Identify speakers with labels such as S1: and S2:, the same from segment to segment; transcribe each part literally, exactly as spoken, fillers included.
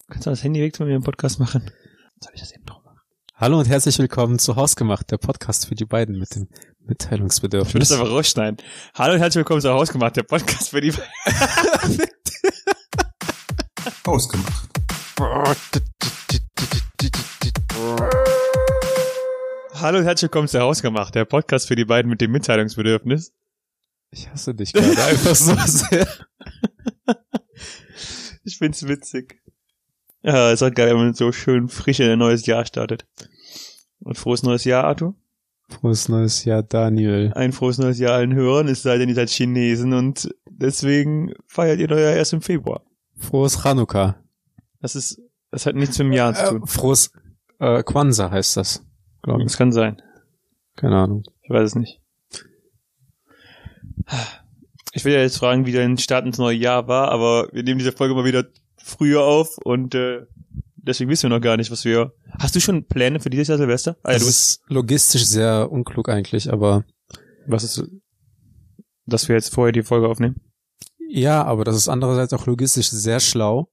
S1: Kannst du das Handy weg, wenn wir einen Podcast machen? Soll ich das eben noch machen?
S2: Hallo und herzlich willkommen zu Hausgemacht, der Podcast für die beiden mit dem Mitteilungsbedürfnis.
S1: Ich würde das einfach rausschneiden. Hallo und herzlich willkommen zu Hausgemacht, der Podcast für die beiden.
S3: Hausgemacht.
S1: Hallo und herzlich willkommen zu Hausgemacht, der Podcast für die beiden mit dem Mitteilungsbedürfnis.
S2: Ich hasse dich gerade einfach so sehr.
S1: Ich find's witzig. Ja, es ist halt geil, wenn man so schön frisch in ein neues Jahr startet. Und frohes neues Jahr, Arthur.
S2: Frohes neues Jahr, Daniel.
S1: Ein frohes neues Jahr allen Hörern, es sei denn, ihr seid Chinesen und deswegen feiert ihr euer erst im Februar.
S2: Frohes Chanukka.
S1: Das ist, das hat nichts mit dem Jahr zu tun.
S2: Äh, frohes äh, Kwanzaa heißt das, glaube ich.
S1: Das kann sein.
S2: Keine Ahnung.
S1: Ich weiß es nicht. Ich will ja jetzt fragen, wie dein Start ins neue Jahr war, aber wir nehmen diese Folge mal wieder früher auf und äh, deswegen wissen wir noch gar nicht, was wir... Hast du schon Pläne für dieses Jahr Silvester? Ah, ja,
S2: das
S1: du
S2: ist logistisch sehr unklug eigentlich, aber...
S1: Was ist... Dass wir jetzt vorher die Folge aufnehmen?
S2: Ja, aber das ist andererseits auch logistisch sehr schlau.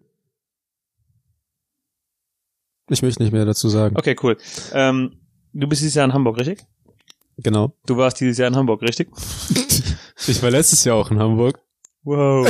S2: Ich möchte nicht mehr dazu sagen.
S1: Okay, cool. Ähm, du bist dieses Jahr in Hamburg, richtig?
S2: Genau.
S1: Du warst dieses Jahr in Hamburg, richtig?
S2: Ich war letztes Jahr auch in Hamburg.
S1: Wow.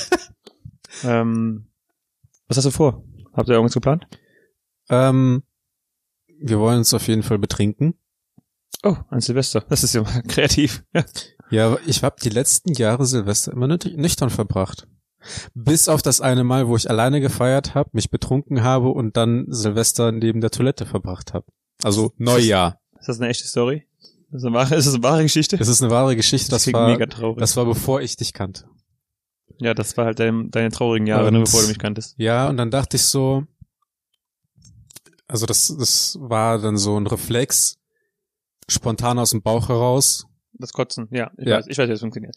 S1: ähm, was hast du vor? Habt ihr irgendwas geplant?
S2: Ähm, wir wollen uns auf jeden Fall betrinken.
S1: Oh, ein Silvester. Das ist ja mal kreativ. Ja,
S2: ja, ich habe die letzten Jahre Silvester immer nüchtern verbracht. Bis auf das eine Mal, wo ich alleine gefeiert habe, mich betrunken habe und dann Silvester neben der Toilette verbracht habe. Also Neujahr.
S1: Ist das eine echte Story? Ist das eine wahre, ist das eine wahre Geschichte?
S2: Das ist eine wahre Geschichte. Das,
S1: das
S2: war
S1: mega traurig.
S2: Das war bevor ich dich kannte.
S1: Ja, das war halt dein, deine traurigen Jahre,
S2: und,
S1: ne, bevor du mich kanntest.
S2: Ja, und dann dachte ich so, also das, das war dann so ein Reflex, spontan aus dem Bauch heraus.
S1: Das Kotzen, ja, ich
S2: ja.
S1: weiß, ich weiß, wie das funktioniert.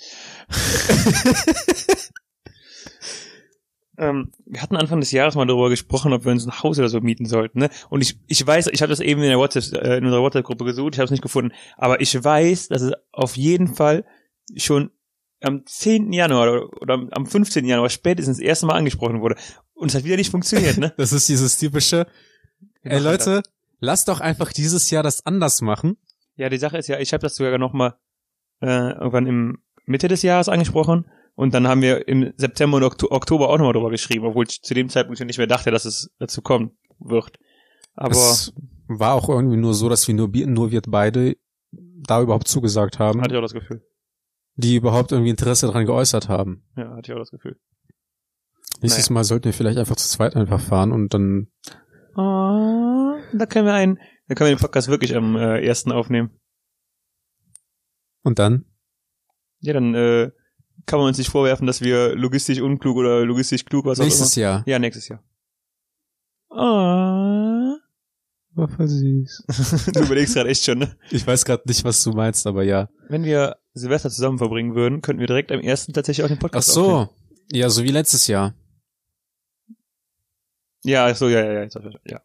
S1: ähm, wir hatten Anfang des Jahres mal darüber gesprochen, ob wir uns ein Haus oder so mieten sollten, ne? Und ich, ich weiß, ich habe das eben in der WhatsApp, äh, in unserer WhatsApp-Gruppe gesucht, ich habe es nicht gefunden, aber ich weiß, dass es auf jeden Fall schon am zehnten Januar oder, oder am fünfzehnten Januar spätestens das erste Mal angesprochen wurde. Und es hat wieder nicht funktioniert, ne?
S2: Das ist dieses typische, ey Leute, das. Lasst doch einfach dieses Jahr das anders machen.
S1: Ja, die Sache ist ja, ich habe das sogar noch mal äh, irgendwann im Mitte des Jahres angesprochen und dann haben wir im September und Oktober auch nochmal drüber geschrieben, obwohl ich zu dem Zeitpunkt schon nicht mehr dachte, dass es dazu kommen wird. Aber
S2: es war auch irgendwie nur so, dass wir nur, nur wir beide da überhaupt zugesagt haben.
S1: Hatte ich auch das Gefühl.
S2: Die überhaupt irgendwie Interesse daran geäußert haben.
S1: Ja, hatte ich auch das Gefühl.
S2: Nächstes naja. Mal sollten wir vielleicht einfach zu zweit einfach fahren und dann...
S1: Oh, da können wir einen, da können wir den Podcast wirklich am äh, ersten aufnehmen.
S2: Und dann?
S1: Ja, dann äh, kann man uns nicht vorwerfen, dass wir logistisch unklug oder logistisch klug, was
S2: nächstes
S1: auch immer.
S2: Jahr.
S1: Ja, nächstes Jahr. Oh.
S2: War voll süß.
S1: Du überlegst gerade echt schon, ne?
S2: Ich weiß gerade nicht, was du meinst, aber ja.
S1: Wenn wir Silvester zusammen verbringen würden, könnten wir direkt am ersten tatsächlich auch den Podcast
S2: aufnehmen. Ach so.
S1: Aufnehmen.
S2: Ja, so wie letztes Jahr.
S1: Ja, ach so, ja, ja, ja. ja.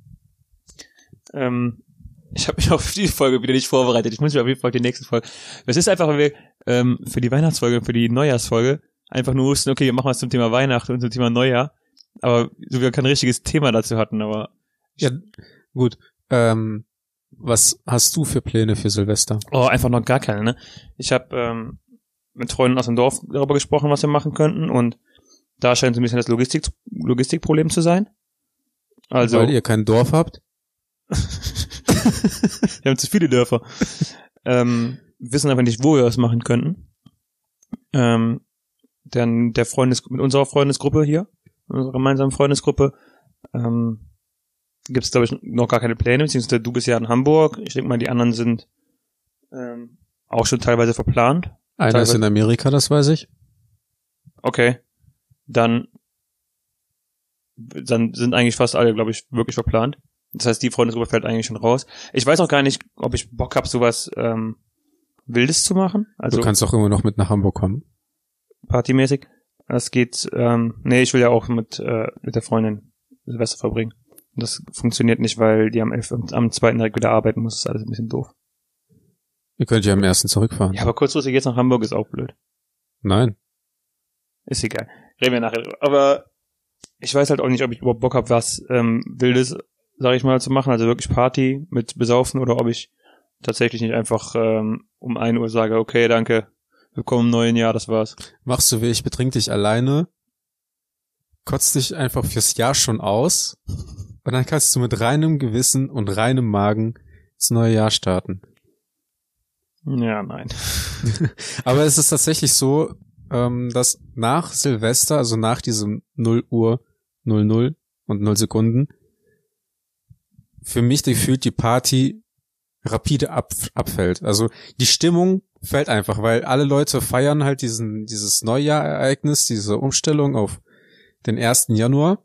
S1: Ähm, ich habe mich auf die Folge wieder nicht vorbereitet. Ich muss mich auf jeden Fall auf die nächste Folge. Es ist einfach, weil wir ähm, für die Weihnachtsfolge, für die Neujahrsfolge einfach nur wussten, okay, wir machen was zum Thema Weihnachten und zum Thema Neujahr. Aber so wir kein richtiges Thema dazu hatten, aber...
S2: Ja, gut. Ähm, was hast du für Pläne für Silvester?
S1: Oh, einfach noch gar keine, ne? Ich habe ähm, mit Freunden aus dem Dorf darüber gesprochen, was wir machen könnten und da scheint so ein bisschen das Logistik, Logistikproblem zu sein. Also,
S2: weil ihr kein Dorf habt?
S1: Wir haben zu viele Dörfer. ähm, wissen einfach nicht, wo wir das machen könnten. Ähm, denn der Freundes mit unserer Freundesgruppe hier, unserer gemeinsamen Freundesgruppe, ähm, gibt es, glaube ich, noch gar keine Pläne, beziehungsweise du bist ja in Hamburg. Ich denke mal, die anderen sind ähm, auch schon teilweise verplant.
S2: Einer
S1: teilweise.
S2: Ist in Amerika, das weiß ich.
S1: Okay. Dann, dann sind eigentlich fast alle, glaube ich, wirklich verplant. Das heißt, die Freundesgruppe fällt eigentlich schon raus. Ich weiß auch gar nicht, ob ich Bock habe, sowas ähm, Wildes zu machen. Also
S2: du kannst auch immer noch mit nach Hamburg kommen.
S1: Partymäßig. Das geht, ähm, nee, ich will ja auch mit äh, mit der Freundin Silvester verbringen. Und das funktioniert nicht, weil die am elften am zweiten direkt wieder arbeiten muss. Das ist alles ein bisschen doof.
S2: Ihr könnt ja am ersten zurückfahren.
S1: Ja, aber kurzfristig jetzt nach Hamburg ist auch blöd.
S2: Nein.
S1: Ist egal. Reden wir nachher drüber. Aber ich weiß halt auch nicht, ob ich überhaupt Bock habe, was ähm, Wildes, sag ich mal, zu machen, also wirklich Party mit Besaufen oder ob ich tatsächlich nicht einfach ähm, um ein Uhr sage, okay, danke, willkommen im neuen Jahr, das war's.
S2: Machst du wie ich, betrink dich alleine, kotzt dich einfach fürs Jahr schon aus und dann kannst du mit reinem Gewissen und reinem Magen ins neue Jahr starten.
S1: Ja, nein.
S2: Aber es ist tatsächlich so, ähm, dass nach Silvester, also nach diesem null Uhr null null und null Sekunden, für mich gefühlt die Party rapide ab, abfällt. Also die Stimmung fällt einfach, weil alle Leute feiern halt diesen dieses Neujahrereignis, diese Umstellung auf den ersten Januar.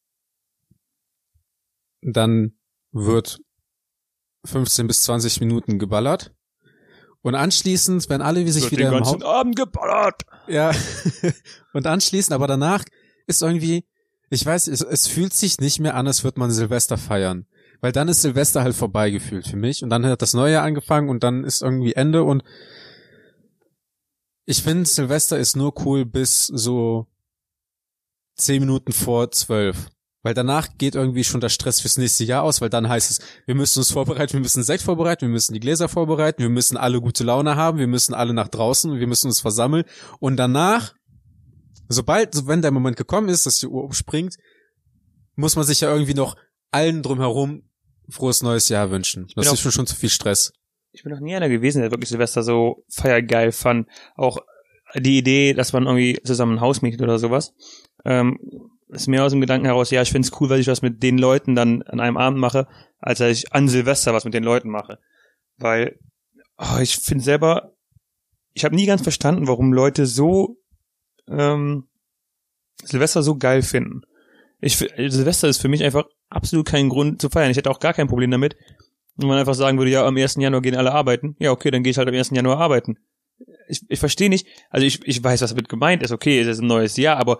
S2: Dann wird fünfzehn bis zwanzig Minuten geballert. Und anschließend, wenn alle wie sich
S1: wird
S2: wieder
S1: den
S2: im
S1: ganzen
S2: Haupt
S1: Abend geballert.
S2: Ja. Und anschließend, aber danach ist irgendwie, ich weiß, es, es fühlt sich nicht mehr an, als würde man Silvester feiern. Weil dann ist Silvester halt vorbei gefühlt für mich. Und dann hat das neue Jahr angefangen und dann ist irgendwie Ende. Und ich finde, Silvester ist nur cool bis so zehn Minuten vor zwölf. Weil danach geht irgendwie schon der Stress fürs nächste Jahr aus, weil dann heißt es, wir müssen uns vorbereiten, wir müssen Sekt vorbereiten, wir müssen die Gläser vorbereiten, wir müssen alle gute Laune haben, wir müssen alle nach draußen, wir müssen uns versammeln. Und danach, sobald, so wenn der Moment gekommen ist, dass die Uhr umspringt, muss man sich ja irgendwie noch allen drumherum frohes neues Jahr wünschen. Das ist schon schon zu viel Stress.
S1: Ich bin noch nie einer gewesen, der wirklich Silvester so feiergeil fand. Auch die Idee, dass man irgendwie zusammen ein Haus mietet oder sowas, ähm, ist mehr aus dem Gedanken heraus, ja, ich find's cool, weil ich was mit den Leuten dann an einem Abend mache, als dass ich an Silvester was mit den Leuten mache. Weil oh, ich finde selber, ich habe nie ganz verstanden, warum Leute so ähm, Silvester so geil finden. Ich Silvester ist für mich einfach absolut kein Grund zu feiern. Ich hätte auch gar kein Problem damit, wenn man einfach sagen würde, ja, am ersten Januar gehen alle arbeiten. Ja, okay, dann gehe ich halt am ersten Januar arbeiten. Ich, ich verstehe nicht, also ich, ich weiß, was damit gemeint ist, okay, es ist ein neues Jahr, aber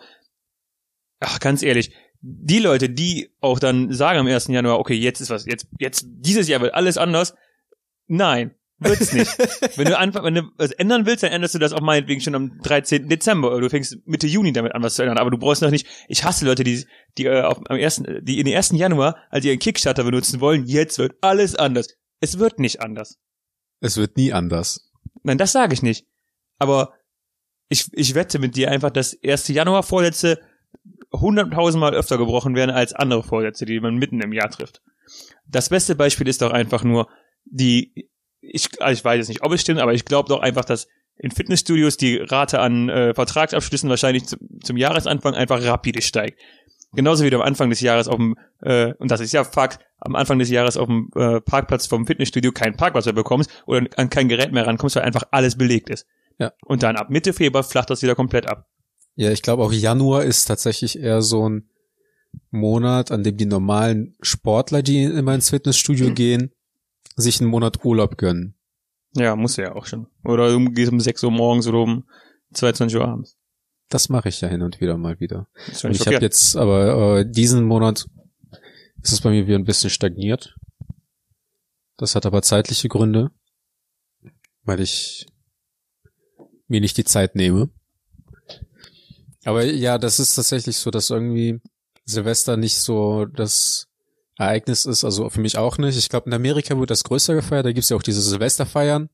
S1: ach, ganz ehrlich, die Leute, die auch dann sagen am ersten Januar, okay, jetzt ist was, jetzt, jetzt, dieses Jahr wird alles anders. Nein, wird's nicht. Wenn du einfach, wenn du was ändern willst, dann änderst du das auch meinetwegen schon am dreizehnten Dezember oder du fängst Mitte Juni damit an, was zu ändern. Aber du brauchst noch nicht, ich hasse Leute, die, die, äh, auf, am ersten, die in den ersten Januar, als ihren Kickstarter benutzen wollen, jetzt wird alles anders. Es wird nicht anders.
S2: Es wird nie anders.
S1: Nein, das sage ich nicht. Aber ich, ich wette mit dir einfach, dass erste Januar Vorsätze hunderttausendmal öfter gebrochen werden als andere Vorsätze, die man mitten im Jahr trifft. Das beste Beispiel ist doch einfach nur die, ich, also ich weiß jetzt nicht, ob es stimmt, aber ich glaube doch einfach, dass in Fitnessstudios die Rate an äh, Vertragsabschlüssen wahrscheinlich zum, zum Jahresanfang einfach rapide steigt. Genauso wie du am Anfang des Jahres auf dem, äh, und das ist ja Fakt, am Anfang des Jahres auf dem äh, Parkplatz vom Fitnessstudio keinen Parkplatz mehr bekommst oder an kein Gerät mehr rankommst, weil einfach alles belegt ist.
S2: Ja.
S1: Und dann ab Mitte Februar flacht das wieder komplett ab.
S2: Ja, ich glaube auch Januar ist tatsächlich eher so ein Monat, an dem die normalen Sportler, die immer ins Fitnessstudio mhm. gehen, sich einen Monat Urlaub gönnen.
S1: Ja, muss ja auch schon. Oder du gehst um sechs Uhr morgens oder um zweiundzwanzig Uhr abends.
S2: Das mache ich ja hin und wieder mal wieder. Und ich
S1: okay.
S2: habe jetzt aber äh, diesen Monat ist es bei mir wieder ein bisschen stagniert. Das hat aber zeitliche Gründe, weil ich mir nicht die Zeit nehme. Aber ja, das ist tatsächlich so, dass irgendwie Silvester nicht so das Ereignis ist, also für mich auch nicht. Ich glaube, in Amerika wird das größer gefeiert, da gibt's ja auch diese Silvesterfeiern.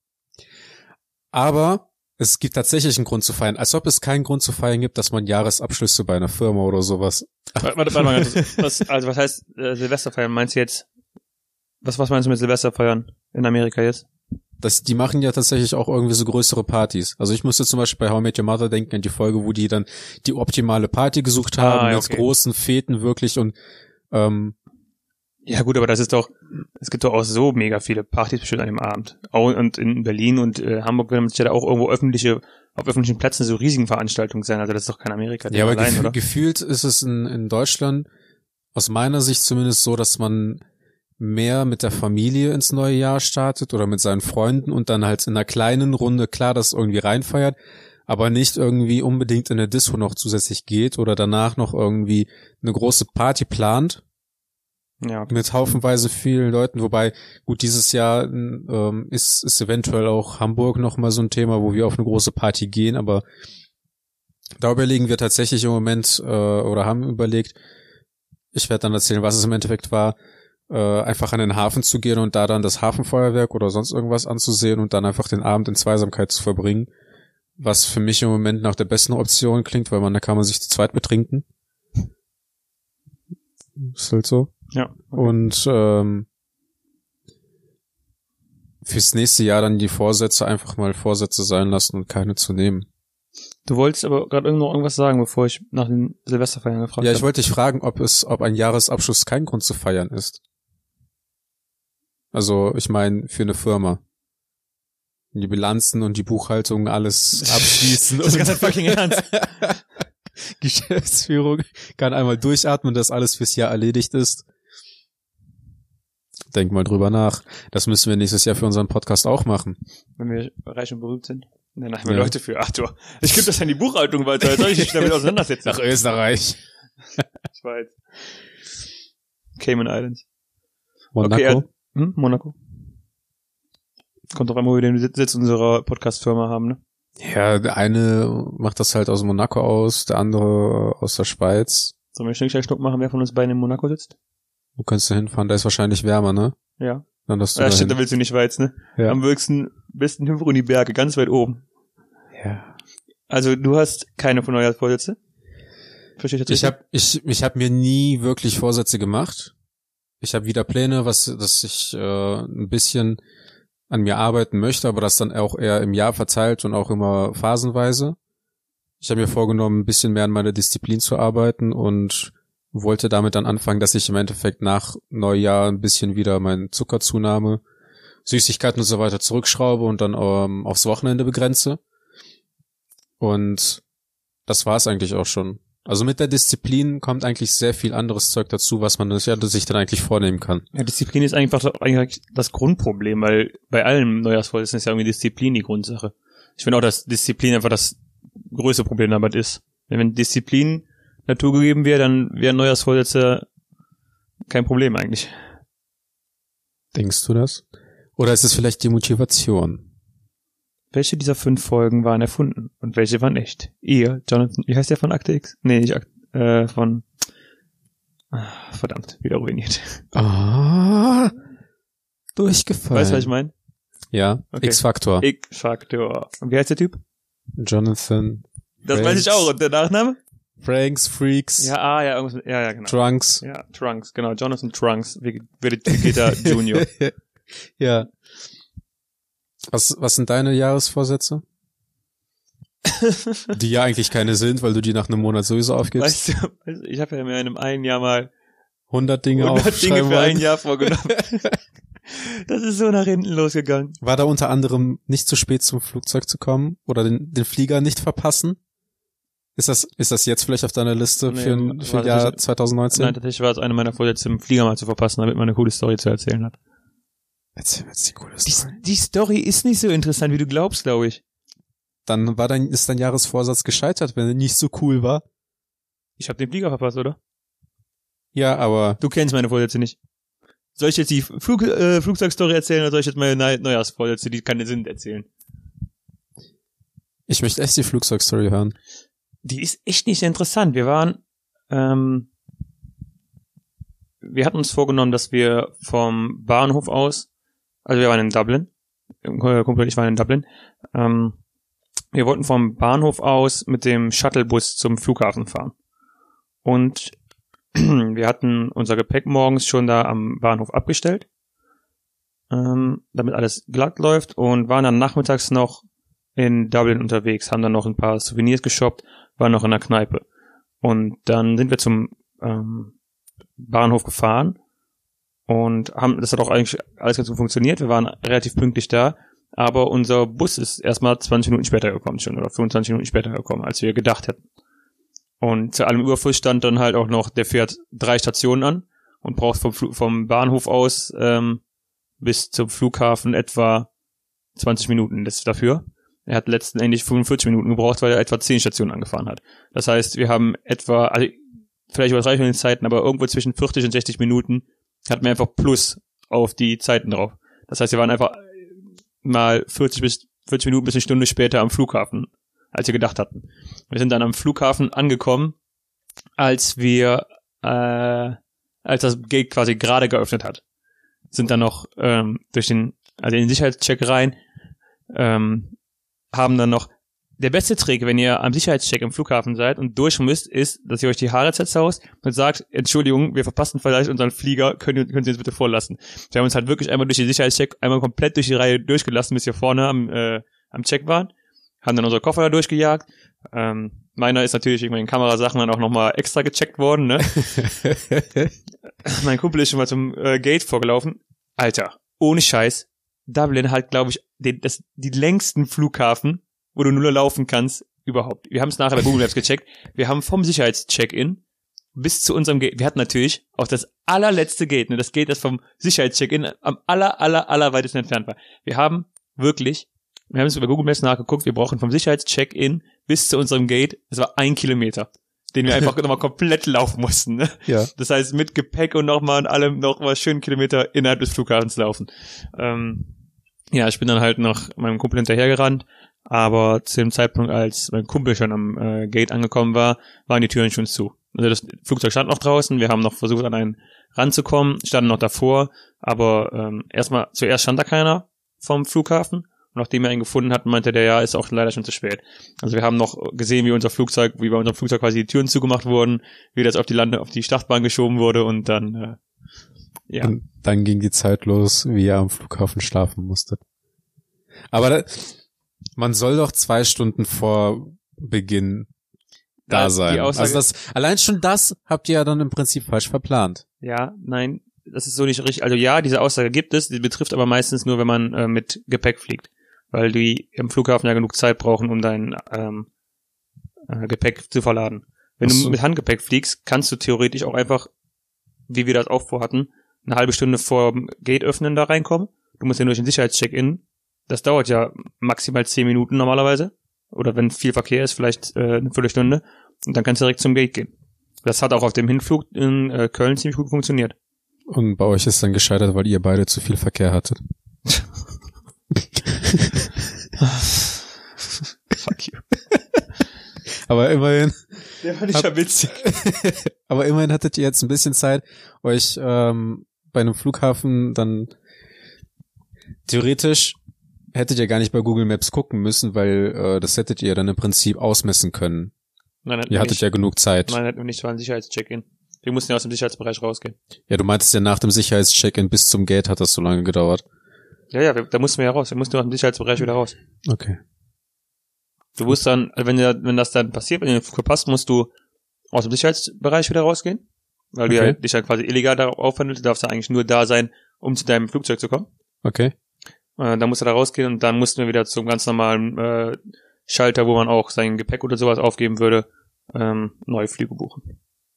S2: Aber es gibt tatsächlich einen Grund zu feiern, als ob es keinen Grund zu feiern gibt, dass man Jahresabschlüsse bei einer Firma oder sowas.
S1: Warte, warte, warte mal, was, also was heißt äh, Silvesterfeiern? Meinst du jetzt, was, was meinst du mit Silvesterfeiern in Amerika jetzt?
S2: Das, die machen ja tatsächlich auch irgendwie so größere Partys. Also ich musste zum Beispiel bei How I Met Your Mother denken, an die Folge, wo die dann die optimale Party gesucht haben,
S1: ah, ja,
S2: mit
S1: okay.
S2: großen Feten wirklich und ähm,
S1: ja gut, aber das ist doch, es gibt doch auch so mega viele Partys bestimmt an dem Abend. Auch und in Berlin und äh, Hamburg werden sich ja da auch irgendwo öffentliche, auf öffentlichen Plätzen so riesigen Veranstaltungen sein. Also das ist doch kein Amerika.
S2: Ja, aber
S1: allein,
S2: gef-
S1: oder?
S2: gefühlt ist es in, in Deutschland aus meiner Sicht zumindest so, dass man mehr mit der Familie ins neue Jahr startet oder mit seinen Freunden und dann halt in einer kleinen Runde klar das irgendwie reinfeiert, aber nicht irgendwie unbedingt in der Disco noch zusätzlich geht oder danach noch irgendwie eine große Party plant.
S1: Ja.
S2: Mit haufenweise vielen Leuten, wobei, gut, dieses Jahr ähm, ist, ist eventuell auch Hamburg noch mal so ein Thema, wo wir auf eine große Party gehen, aber Da überlegen wir tatsächlich im Moment äh, oder haben überlegt, ich werde dann erzählen, was es im Endeffekt war, äh, einfach an den Hafen zu gehen und da dann das Hafenfeuerwerk oder sonst irgendwas anzusehen und dann einfach den Abend in Zweisamkeit zu verbringen, was für mich im Moment nach der besten Option klingt, weil man da kann man sich zu zweit betrinken. Ist halt so.
S1: Ja. Okay.
S2: Und ähm, fürs nächste Jahr dann die Vorsätze einfach mal Vorsätze sein lassen und keine zu nehmen.
S1: Du wolltest aber gerade irgendwo irgendwas sagen, bevor ich nach den Silvesterfeiern gefragt habe.
S2: Ja, ich wollte dich fragen, ob es, ob ein Jahresabschluss kein Grund zu feiern ist. Also, ich meine, für eine Firma. Die Bilanzen und die Buchhaltung alles abschließen.
S1: Das ist ganz fucking ernst.
S2: Geschäftsführung kann einmal durchatmen, dass alles fürs Jahr erledigt ist. Denk mal drüber nach. Das müssen wir nächstes Jahr für unseren Podcast auch machen.
S1: Wenn wir reich und berühmt sind. Dann haben wir
S2: Ja.
S1: Leute für. Ach du, ich gebe das an die Buchhaltung weiter. Jetzt soll ich mich damit auseinandersetzen.
S2: Nach Österreich.
S1: Schweiz. Cayman Islands.
S2: Monaco.
S1: Okay, ja. Hm? Monaco. Kommt doch einmal, wo wir den Sitz unserer Podcast-Firma haben, ne?
S2: Ja, der eine macht das halt aus Monaco aus, der andere aus der Schweiz.
S1: Sollen wir schnell, schnell Schnuck machen, wer von uns beiden in Monaco sitzt?
S2: Wo kannst du hinfahren? Da ist wahrscheinlich wärmer, ne?
S1: Ja.
S2: Dann hast du
S1: Ja,
S2: dahin.
S1: shit, da willst du nicht Schweiz, ne?
S2: Ja.
S1: Am höchsten, besten Hüpfer in die Berge, ganz weit oben.
S2: Ja.
S1: Also, du hast keine von Neujahrsvorsätze? Verstehe ich das
S2: Ich habe ich ich habe mir nie wirklich Vorsätze gemacht. Ich habe wieder Pläne, was dass ich äh, ein bisschen an mir arbeiten möchte, aber das dann auch eher im Jahr verteilt und auch immer phasenweise. Ich habe mir vorgenommen, ein bisschen mehr an meiner Disziplin zu arbeiten und wollte damit dann anfangen, dass ich im Endeffekt nach Neujahr ein bisschen wieder meine Zuckerzunahme, Süßigkeiten und so weiter zurückschraube und dann ähm, aufs Wochenende begrenze. Und das war es eigentlich auch schon. Also mit der Disziplin kommt eigentlich sehr viel anderes Zeug dazu, was man sich dann eigentlich vornehmen kann.
S1: Ja, Disziplin ist einfach eigentlich das Grundproblem, weil bei allem Neujahrsvorsätzen ist ja irgendwie Disziplin die Grundsache. Ich finde auch, dass Disziplin einfach das größte Problem damit ist. Wenn Disziplin naturgegeben wäre, dann wären Neujahrsvorsätze kein Problem eigentlich.
S2: Denkst du das? Oder ist es vielleicht die Motivation?
S1: Welche dieser fünf Folgen waren erfunden und welche waren echt? Ihr, Jonathan, wie heißt der von Akte X? Nee, nicht Akte, äh, von, ah, verdammt, wieder ruiniert.
S2: Ah, durchgefallen.
S1: Weißt du, was ich meine?
S2: Ja,
S1: Okay.
S2: X-Factor.
S1: X-Factor. Und wie heißt der Typ?
S2: Jonathan.
S1: Das
S2: Franks.
S1: weiß ich auch. Und der Nachname?
S2: Franks, Freaks,
S1: Ja, ah, ja, irgendwas mit, ja, ja, genau.
S2: Trunks.
S1: Ja, Trunks, genau. Jonathan Trunks, Vegeta Junior.
S2: Ja. Was, was sind deine Jahresvorsätze? Die ja eigentlich keine sind, weil du die nach einem Monat sowieso aufgibst.
S1: Weißt du, weißt du, ich habe ja mir in einem einen Jahr mal
S2: hundert Dinge
S1: hundert Dinge
S2: aufschreiben
S1: für
S2: wollen.
S1: ein Jahr vorgenommen. Das ist so nach hinten losgegangen.
S2: War da unter anderem nicht zu spät zum Flugzeug zu kommen oder den, den Flieger nicht verpassen? Ist das, ist das jetzt vielleicht auf deiner Liste
S1: Nee,
S2: für, ein- für
S1: war
S2: ein Jahr
S1: das-
S2: zwanzig neunzehn?
S1: Nein, tatsächlich war es eine meiner Vorsätze, im Flieger mal zu verpassen, damit man eine coole Story zu erzählen hat.
S2: Erzähl mir jetzt die coole
S1: Die,
S2: Story.
S1: die Story ist nicht so interessant, wie du glaubst, glaube ich.
S2: Dann war dein, ist dein Jahresvorsatz gescheitert, wenn er nicht so cool war.
S1: Ich habe den Flieger verpasst, oder?
S2: Ja, aber
S1: Du kennst meine Vorsätze nicht. Soll ich jetzt die Flug, äh, Flugzeugstory erzählen oder soll ich jetzt meine Neu- Neujahrsvorsätze, die keine sind, erzählen?
S2: ich möchte echt die Flugzeugstory hören.
S1: Die ist echt nicht interessant. Wir waren, ähm, wir hatten uns vorgenommen, dass wir vom Bahnhof aus, also wir waren in Dublin, Kumpel und ich waren in Dublin, ähm, wir wollten vom Bahnhof aus mit dem Shuttlebus zum Flughafen fahren. Und wir hatten unser Gepäck morgens schon da am Bahnhof abgestellt, ähm, damit alles glatt läuft, und waren dann nachmittags noch in Dublin unterwegs, haben dann noch ein paar Souvenirs geshoppt, waren noch in der Kneipe. Und dann sind wir zum ähm, Bahnhof gefahren und haben, das hat auch eigentlich alles ganz gut funktioniert. Wir waren relativ pünktlich da, aber unser Bus ist erstmal zwanzig Minuten später gekommen schon, oder fünfundzwanzig Minuten später gekommen, als wir gedacht hätten. Und zu allem Überfluss stand dann halt auch noch, der fährt drei Stationen an und braucht vom, Fl- vom Bahnhof aus ähm, bis zum Flughafen etwa zwanzig Minuten das dafür. Er hat letztendlich fünfundvierzig Minuten gebraucht, weil er etwa zehn Stationen angefahren hat. Das heißt, wir haben etwa, also vielleicht übertreibe ich mit den Zeiten, aber irgendwo zwischen vierzig und sechzig Minuten hatten wir einfach Plus auf die Zeiten drauf. Das heißt, wir waren einfach mal vierzig bis vierzig Minuten bis eine Stunde später am Flughafen als wir gedacht hatten. Wir sind dann am Flughafen angekommen, als wir, äh, als das Gate quasi gerade geöffnet hat. Sind dann noch ähm, durch den, also in den Sicherheitscheck rein, ähm, haben dann noch, der beste Trick, wenn ihr am Sicherheitscheck im Flughafen seid und durch müsst, ist, dass ihr euch die Haare zerzaust und sagt, Entschuldigung, wir verpassen vielleicht unseren Flieger, können, können Sie uns bitte vorlassen. Wir haben uns halt wirklich einmal durch den Sicherheitscheck, einmal komplett durch die Reihe durchgelassen, bis wir vorne am, äh, am Check waren, haben dann unsere Koffer da durchgejagt. Ähm, meiner ist natürlich wegen meinen Kamerasachen dann auch nochmal extra gecheckt worden, ne? Mein Kumpel ist schon mal zum äh, Gate vorgelaufen. Alter, ohne Scheiß, Dublin hat, glaube ich, den, das, die längsten Flughafen, wo du nur laufen kannst, überhaupt. Wir haben es nachher bei Google Maps gecheckt. Wir haben vom Sicherheitscheck-In bis zu unserem Gate, wir hatten natürlich auch das allerletzte Gate, ne, das Gate, das vom Sicherheitscheck-In am aller, aller, aller weitesten entfernt war. Wir haben wirklich, wir haben es bei Google Maps nachgeguckt, wir brauchen vom Sicherheitscheck-In bis zu unserem Gate, das war ein Kilometer, den wir einfach nochmal komplett laufen mussten, ne?
S2: Ja.
S1: Das heißt, mit Gepäck und nochmal und allem nochmal schön Kilometer innerhalb des Flughafens laufen. Ähm, ja, ich bin dann halt noch meinem Kumpel hinterhergerannt, aber zu dem Zeitpunkt, als mein Kumpel schon am äh, Gate angekommen war, waren die Türen schon zu. Also das Flugzeug stand noch draußen, wir haben noch versucht, an einen ranzukommen, standen noch davor, aber ähm, erstmal, zuerst stand da keiner vom Flughafen und nachdem er ihn gefunden hat, meinte der, ja, ist auch leider schon zu spät. Also wir haben noch gesehen, wie unser Flugzeug, wie bei unserem Flugzeug quasi die Türen zugemacht wurden, wie das auf die Lande, auf die Startbahn geschoben wurde und dann, äh, ja.
S2: Und dann ging die Zeit los, wie ihr am Flughafen schlafen musstet. Aber da, man soll doch zwei Stunden vor Beginn da sein. Also das, allein schon das habt ihr ja dann im Prinzip falsch verplant.
S1: Ja, nein, das ist so nicht richtig. Also ja, diese Aussage gibt es, die betrifft aber meistens nur, wenn man äh, mit Gepäck fliegt. Weil die im Flughafen ja genug Zeit brauchen, um dein ähm, äh, Gepäck zu verladen. Wenn
S2: Ach so.
S1: du mit Handgepäck fliegst, kannst du theoretisch auch einfach, wie wir das auch vorhatten, eine halbe Stunde vor dem Gate öffnen da reinkommen. Du musst ja durch den Sicherheitscheck-In. Das dauert ja maximal zehn Minuten normalerweise. Oder wenn viel Verkehr ist, vielleicht äh, eine Viertelstunde. Und dann kannst du direkt zum Gate gehen. Das hat auch auf dem Hinflug in äh, Köln ziemlich gut funktioniert.
S2: Und bei euch ist dann gescheitert, weil ihr beide zu viel Verkehr hattet.
S1: Fuck you.
S2: Aber immerhin.
S1: Der war nicht ja witzig.
S2: Aber immerhin hattet ihr jetzt ein bisschen Zeit, euch ähm, bei einem Flughafen dann theoretisch hättet ihr gar nicht bei Google Maps gucken müssen, weil äh, das hättet ihr dann im Prinzip ausmessen können.
S1: Nein,
S2: ihr hattet
S1: nicht.
S2: ja genug Zeit.
S1: Nein, hatten wir nicht, war ein Sicherheitscheck-In. Wir mussten ja aus dem Sicherheitsbereich rausgehen.
S2: Ja, du meintest ja, nach dem Sicherheitscheck-In bis zum Gate hat das so lange gedauert.
S1: Ja, ja, wir, da mussten wir ja raus. Wir mussten aus dem Sicherheitsbereich wieder raus.
S2: Okay.
S1: Du musst dann, also wenn, der, wenn das dann passiert, wenn du den Flug verpasst, musst du aus dem Sicherheitsbereich wieder rausgehen. Weil
S2: okay.
S1: du ja dich ja quasi illegal darauf aufhandelst. Du darfst ja eigentlich nur da sein, um zu deinem Flugzeug zu kommen.
S2: Okay.
S1: Äh, dann musst du da rausgehen und dann mussten wir wieder zum ganz normalen äh, Schalter, wo man auch sein Gepäck oder sowas aufgeben würde, ähm, neue Flüge buchen.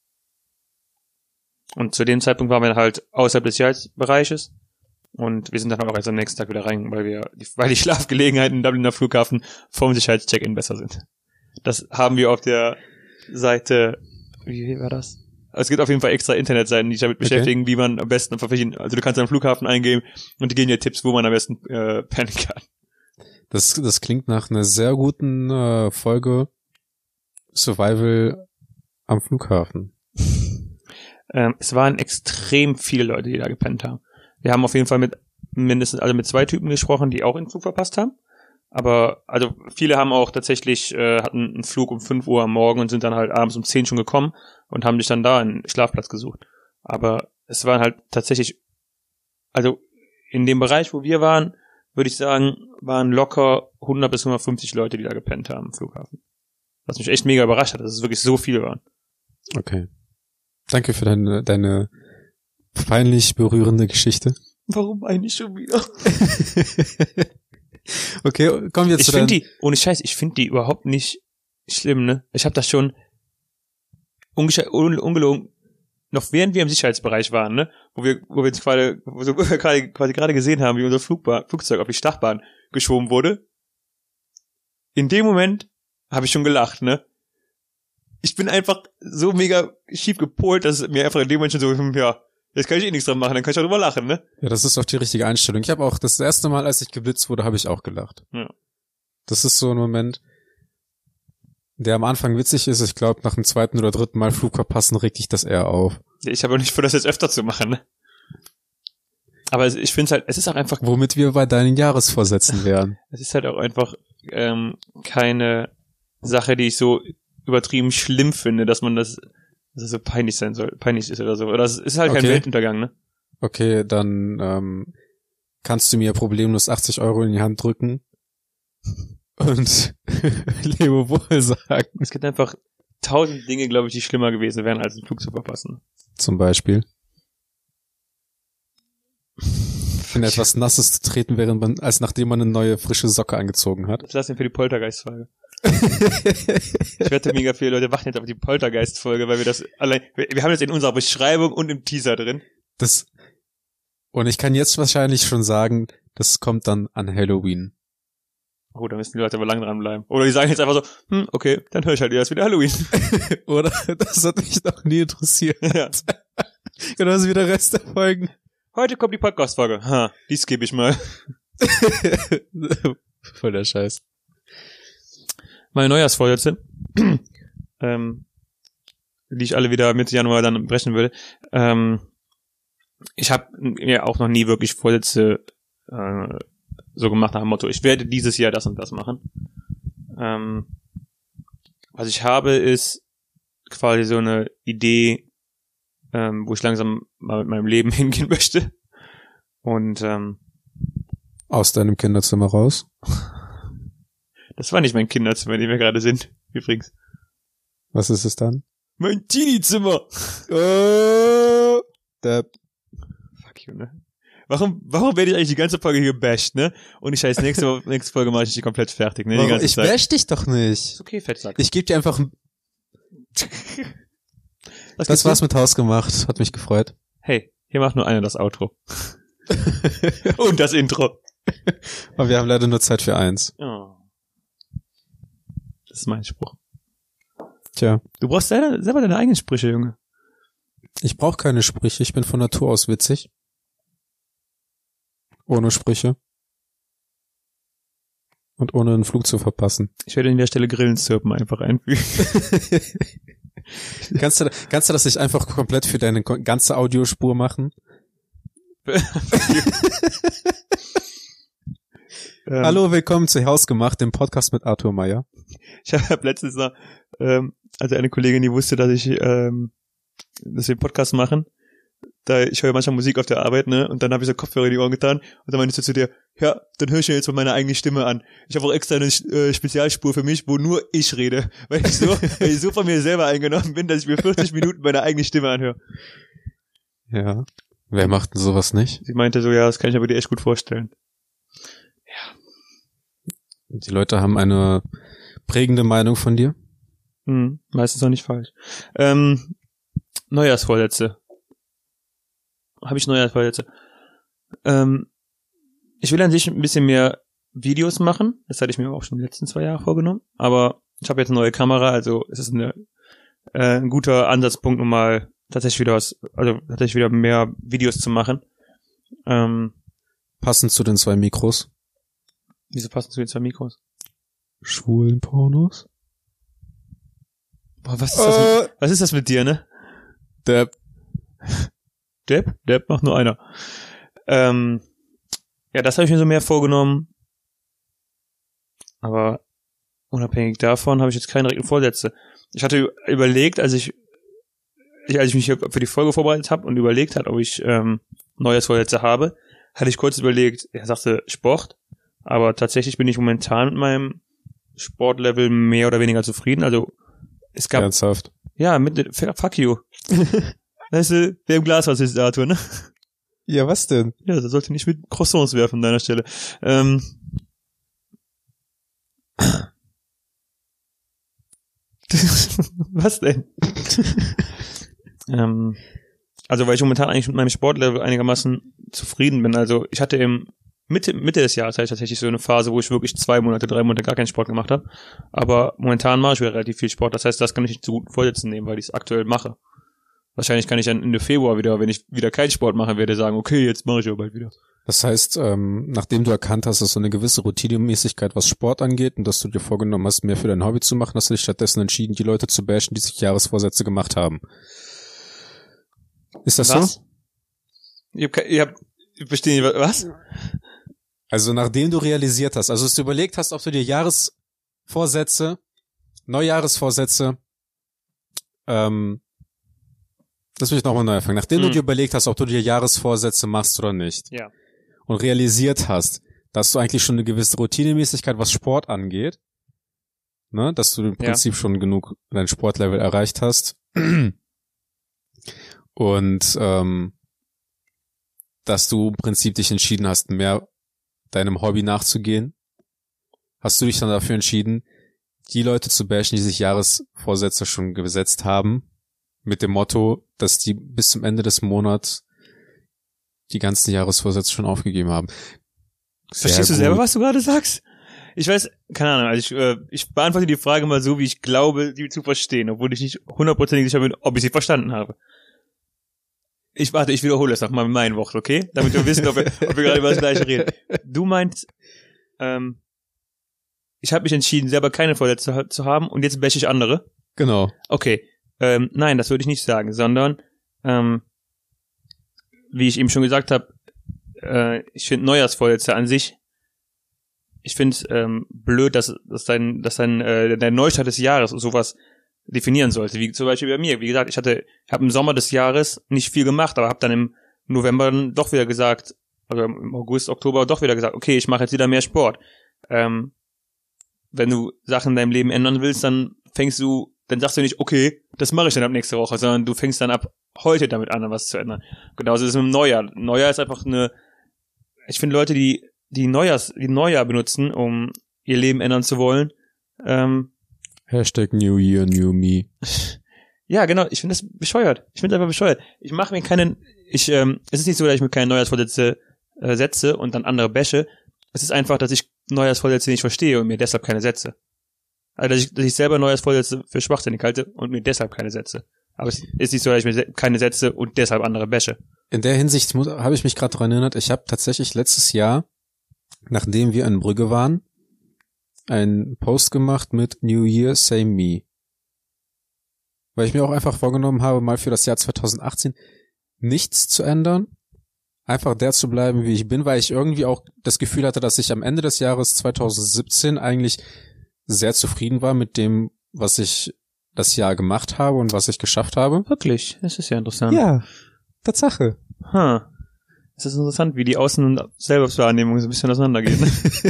S1: Und zu dem Zeitpunkt waren wir halt außerhalb des Sicherheitsbereiches und wir sind dann auch erst am nächsten Tag wieder rein, weil wir, weil die Schlafgelegenheiten im Dubliner Flughafen vom Sicherheitscheck-In besser sind. Das haben wir auf der Seite, wie war das? Es gibt auf jeden Fall extra Internetseiten, die sich damit beschäftigen, okay. wie man am besten, also du kannst am Flughafen eingeben und die geben dir Tipps, wo man am besten äh, pennen kann.
S2: Das, das klingt nach einer sehr guten äh, Folge Survival am Flughafen.
S1: ähm, es waren extrem viele Leute, die da gepennt haben. Wir haben auf jeden Fall mit mindestens, also mit zwei Typen gesprochen, die auch den Flug verpasst haben. Aber, also viele haben auch tatsächlich, äh, hatten einen Flug um fünf Uhr am Morgen und sind dann halt abends um zehn schon gekommen und haben sich dann da einen Schlafplatz gesucht. Aber es waren halt tatsächlich, also in dem Bereich, wo wir waren, würde ich sagen, waren locker hundert bis hundertfünfzig Leute, die da gepennt haben im Flughafen. Was mich echt mega überrascht hat, dass es wirklich so viele waren.
S2: Okay. Danke für deine, deine peinlich berührende Geschichte.
S1: Warum eigentlich schon wieder?
S2: Okay, kommen wir jetzt
S1: ich
S2: zu
S1: finde die, ohne Scheiß, ich finde die überhaupt nicht schlimm, ne? Ich habe das schon unge- un- ungelogen, noch während wir im Sicherheitsbereich waren, ne? Wo wir, wo wir jetzt gerade, wo wir gerade, quasi gerade gesehen haben, wie unser Flugba- Flugzeug auf die Startbahn geschoben wurde. In dem Moment habe ich schon gelacht, ne? Ich bin einfach so mega schief gepolt, dass es mir einfach in dem Moment schon so, ja, jetzt kann ich eh nichts dran machen, dann kann ich auch drüber lachen, ne?
S2: Ja, das ist auch die richtige Einstellung. Ich habe auch das erste Mal, als ich geblitzt wurde, habe ich auch gelacht.
S1: Ja.
S2: Das ist so ein Moment, Der am Anfang witzig ist, ich glaube, nach dem zweiten oder dritten Mal Flug verpassen regt dich das eher auf.
S1: Ich habe auch nicht vor, das jetzt öfter zu machen, ne? Aber ich finde es halt, es ist auch einfach...
S2: Womit wir bei deinen Jahresvorsätzen wären.
S1: Es ist halt auch einfach ähm, keine Sache, die ich so übertrieben schlimm finde, dass man das, dass es so peinlich sein soll, peinlich ist oder so. Oder es ist halt kein
S2: Okay.
S1: Weltuntergang, ne?
S2: Okay, dann ähm, kannst du mir problemlos achtzig Euro in die Hand drücken und Lebo wohl sagen.
S1: Es gibt einfach tausend Dinge, glaube ich, die schlimmer gewesen wären, als einen Flug zu verpassen.
S2: Zum Beispiel. In etwas Nasses zu treten, während man, als nachdem man eine neue frische Socke angezogen hat.
S1: Das lassen wir für die Poltergeist-Folge. Ich wette, mega viele Leute warten jetzt auf die Poltergeist-Folge, weil wir das allein, wir, wir haben das in unserer Beschreibung und im Teaser drin.
S2: Das, und ich kann jetzt wahrscheinlich schon sagen, das kommt dann an Halloween.
S1: Oh, da müssen die Leute aber lang dran bleiben. Oder die sagen jetzt einfach so, hm, okay, dann höre ich halt erst wieder Halloween.
S2: Oder? Das hat mich noch nie interessiert.
S1: Ja.
S2: Genauso wie der Rest der Folgen.
S1: Heute kommt die Podcast-Folge. Ha, die skippe ich mal.
S2: Voll der Scheiß.
S1: Meine Neujahrsvorsätze, ähm, die ich alle wieder Mitte Januar dann brechen würde. Ähm, ich habe mir auch noch nie wirklich Vorsätze äh, so gemacht nach dem Motto, ich werde dieses Jahr das und das machen. Ähm, was ich habe, ist quasi so eine Idee, ähm, wo ich langsam mal mit meinem Leben hingehen möchte. Und ähm,
S2: aus deinem Kinderzimmer raus?
S1: Das war nicht mein Kinderzimmer, in dem wir gerade sind, übrigens.
S2: Was ist es dann?
S1: Mein Teenie-Zimmer!
S2: Oh, der
S1: Fuck you, ne? Warum, warum werde ich eigentlich die ganze Folge hier gebasht, ne? Und ich heiße, nächste, nächste Folge mache ich die komplett fertig, ne? Die
S2: Warum?
S1: ganze
S2: Ich
S1: Zeit.
S2: bash dich doch nicht.
S1: Ist okay, Fettsack.
S2: Ich gebe dir einfach ein...
S1: Was
S2: Das
S1: gibt's
S2: war's
S1: dir?
S2: mit Haus gemacht. Hat mich gefreut.
S1: Hey, hier macht nur einer das Outro. Und das Intro.
S2: Aber wir haben leider nur Zeit für eins.
S1: Oh. Das ist mein Spruch.
S2: Tja,
S1: Du brauchst selber, selber deine eigenen Sprüche, Junge.
S2: ich brauche keine Sprüche. Ich bin von Natur aus witzig. Ohne Sprüche. Und ohne einen Flug zu verpassen.
S1: Ich werde an der Stelle Grillenzirpen einfach einfügen.
S2: kannst du, kannst du das nicht einfach komplett für deine ko- ganze Audiospur machen?
S1: ähm,
S2: Hallo, willkommen zu Hausgemacht, dem Podcast mit Arthur Meier.
S1: Ich habe letztens noch, ähm, also eine Kollegin, die wusste, dass ich, ähm, dass wir einen Podcast machen. Da ich höre manchmal Musik auf der Arbeit, ne? Und dann habe ich so Kopfhörer in die Ohren getan und dann meinte ich so zu dir, ja, dann höre ich mir jetzt mal meine eigene Stimme an. Ich habe auch extra eine äh, Spezialspur für mich, wo nur ich rede, weil ich so, weil ich so von mir selber eingenommen bin, dass ich mir vierzig Minuten meine eigene Stimme anhöre.
S2: Ja. Wer macht denn sowas nicht?
S1: Sie meinte so, ja, das kann ich aber dir echt gut vorstellen.
S2: Die Leute haben eine prägende Meinung von dir.
S1: Hm, meistens auch nicht falsch. Ähm, Neujahrsvorsätze. Habe ich Neujahrsvorsätze? Ähm, ich will an sich ein bisschen mehr Videos machen. Das hatte ich mir auch schon die letzten zwei Jahre vorgenommen. Aber ich habe jetzt eine neue Kamera, also es ist eine, äh, ein guter Ansatzpunkt, um mal tatsächlich wieder was, also tatsächlich wieder mehr Videos zu machen. Ähm,
S2: Passend zu den zwei Mikros.
S1: wieso passen zu den zwei Mikros?
S2: Schwulen Pornos?
S1: Boah, was ist das,
S2: Äh.
S1: mit, was ist das mit dir, ne?
S2: Der
S1: Depp? Depp macht nur einer. Ähm, ja, das habe ich mir so mehr vorgenommen. Aber unabhängig davon habe ich jetzt keine direkten Vorsätze. Ich hatte überlegt, als ich, ich als ich mich hier für die Folge vorbereitet habe und überlegt hat, ob ich ähm, Neujahrsvorsätze habe, hatte ich kurz überlegt, er sagte Sport, aber tatsächlich bin ich momentan mit meinem Sportlevel mehr oder weniger zufrieden. Also es gab
S2: ernsthaft.
S1: ja mit fuck you. Weißt du, wer im Glas was ist, Arthur, ne?
S2: Ja, was denn?
S1: Ja, das sollte nicht mit Croissants werfen an deiner Stelle. Ähm. Was denn? ähm, also, weil ich momentan eigentlich mit meinem Sportlevel einigermaßen zufrieden bin. Also, ich hatte im Mitte, Mitte des Jahres hatte ich tatsächlich so eine Phase, wo ich wirklich zwei Monate, drei Monate gar keinen Sport gemacht habe. Aber momentan mache ich wieder relativ viel Sport. Das heißt, das kann ich nicht zu guten Vorsätzen nehmen, weil ich es aktuell mache. Wahrscheinlich kann ich dann Ende Februar wieder, wenn ich wieder keinen Sport machen werde, sagen, okay, jetzt mache ich aber bald wieder.
S2: Das heißt, ähm, nachdem du erkannt hast, dass so eine gewisse Routinemäßigkeit, was Sport angeht und dass du dir vorgenommen hast, mehr für dein Hobby zu machen, hast du dich stattdessen entschieden, die Leute zu bashen, die sich Jahresvorsätze gemacht haben. Ist das
S1: was?
S2: so?
S1: Ich hab, ich hab, ich verstehe nicht, was?
S2: Also nachdem du realisiert hast, also dass du überlegt hast, ob du dir Jahresvorsätze, Neujahresvorsätze, ähm, das will ich nochmal neu anfangen. Nachdem hm. du dir überlegt hast, ob du dir Jahresvorsätze machst oder nicht.
S1: Ja.
S2: Und realisiert hast, dass du eigentlich schon eine gewisse Routinemäßigkeit, was Sport angeht, ne, dass du im Prinzip ja. schon genug dein Sportlevel erreicht hast und ähm, dass du im Prinzip dich entschieden hast, mehr deinem Hobby nachzugehen, hast du dich dann dafür entschieden, die Leute zu bashen, die sich Jahresvorsätze schon gesetzt haben, mit dem Motto, dass die bis zum Ende des Monats die ganzen Jahresvorsätze schon aufgegeben haben.
S1: Sehr Verstehst gut. Du selber, was du gerade sagst? Ich weiß, keine Ahnung, also ich, äh, ich beantworte die Frage mal so, wie ich glaube, die zu verstehen, obwohl ich nicht hundertprozentig sicher bin, ob ich sie verstanden habe. Ich warte, ich wiederhole das nochmal mit meinen Worten, okay? Damit wir wissen, ob wir, ob wir gerade über das Gleiche reden. Du meinst, ähm, ich habe mich entschieden, selber keine Vorsätze zu haben und jetzt bashe ich andere?
S2: Genau.
S1: Okay, ähm, nein, das würde ich nicht sagen, sondern, ähm, wie ich eben schon gesagt habe, äh, ich finde Neujahrsvorsätze an sich, ich finde es ähm, blöd, dass, dass dein, dass dein, äh, der Neustart des Jahres sowas definieren sollte, wie zum Beispiel bei mir. Wie gesagt, ich hatte, ich habe im Sommer des Jahres nicht viel gemacht, aber habe dann im November dann doch wieder gesagt, also im August, Oktober doch wieder gesagt, okay, ich mache jetzt wieder mehr Sport. Ähm, wenn du Sachen in deinem Leben ändern willst, dann fängst du, dann sagst du nicht, okay, das mache ich dann ab nächste Woche, sondern du fängst dann ab heute damit an, was zu ändern. Genauso ist es mit dem Neujahr. Neujahr ist einfach eine, ich finde Leute, die die Neujahrs, die Neujahr benutzen, um ihr Leben ändern zu wollen, ähm,
S2: Hashtag New Year, New Me.
S1: Ja, genau, ich finde das bescheuert. Ich finde es einfach bescheuert. Ich mache mir keinen, ich, ähm, es ist nicht so, dass ich mir keine Neujahrsvorsätze äh, setze und dann andere bashe. Es ist einfach, dass ich Neujahrsvorsätze nicht verstehe und mir deshalb keine setze. Also, dass ich, dass ich selber Neujahrsvorsätze für schwachsinnig halte und mir deshalb keine setze. Aber es ist nicht so, dass ich mir keine setze und deshalb andere bashe.
S2: In der Hinsicht habe ich mich gerade daran erinnert, ich habe tatsächlich letztes Jahr, nachdem wir in Brügge waren, einen Post gemacht mit New Year, Same Me. Weil ich mir auch einfach vorgenommen habe, mal für das Jahr zwanzig achtzehn nichts zu ändern, einfach der zu bleiben, wie ich bin, weil ich irgendwie auch das Gefühl hatte, dass ich am Ende des Jahres zwanzig siebzehn eigentlich sehr zufrieden war mit dem, was ich das Jahr gemacht habe und was ich geschafft habe.
S1: Wirklich? Das ist ja interessant.
S2: Ja, Tatsache.
S1: Huh. Es ist interessant, wie die Außen- und Selbstwahrnehmung so ein bisschen auseinandergehen.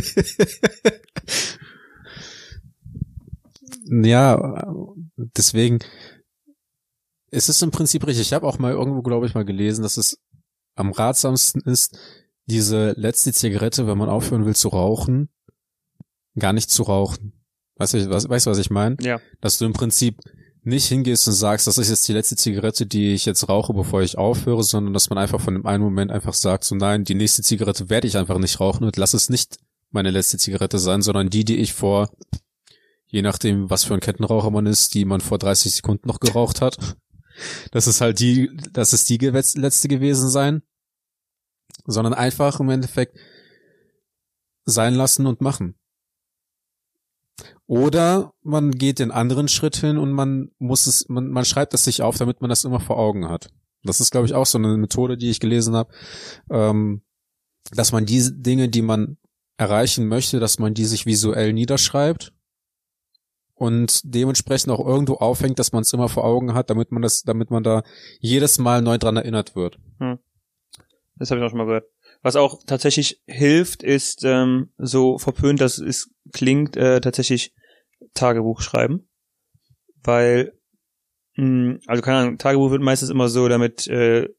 S2: Ja, deswegen es ist im Prinzip richtig. Ich habe auch mal irgendwo, glaube ich, mal gelesen, dass es am ratsamsten ist, diese letzte Zigarette, wenn man aufhören will zu rauchen, gar nicht zu rauchen. Weißt du, was, weißt du, was ich meine?
S1: Ja.
S2: Dass du im Prinzip nicht hingehst und sagst, das ist jetzt die letzte Zigarette, die ich jetzt rauche, bevor ich aufhöre, sondern dass man einfach von dem einen Moment einfach sagt, so nein, die nächste Zigarette werde ich einfach nicht rauchen und lass es nicht meine letzte Zigarette sein, sondern die, die ich vor, je nachdem, was für ein Kettenraucher man ist, die man vor dreißig Sekunden noch geraucht hat. Das ist halt die, das ist die letzte gewesen sein. Sondern einfach im Endeffekt sein lassen und machen. Oder man geht den anderen Schritt hin und man muss es, man, man schreibt es sich auf, damit man das immer vor Augen hat. Das ist, glaube ich, auch so eine Methode, die ich gelesen habe, ähm, dass man diese Dinge, die man erreichen möchte, dass man die sich visuell niederschreibt und dementsprechend auch irgendwo aufhängt, dass man es immer vor Augen hat, damit man das, damit man da jedes Mal neu dran erinnert wird.
S1: Hm. Das habe ich auch schon mal gehört. Was auch tatsächlich hilft, ist ähm, so verpönt, dass es klingt, äh, tatsächlich Tagebuch schreiben. Weil, mh, also keine Ahnung, Tagebuch wird meistens immer so damit, äh, äh,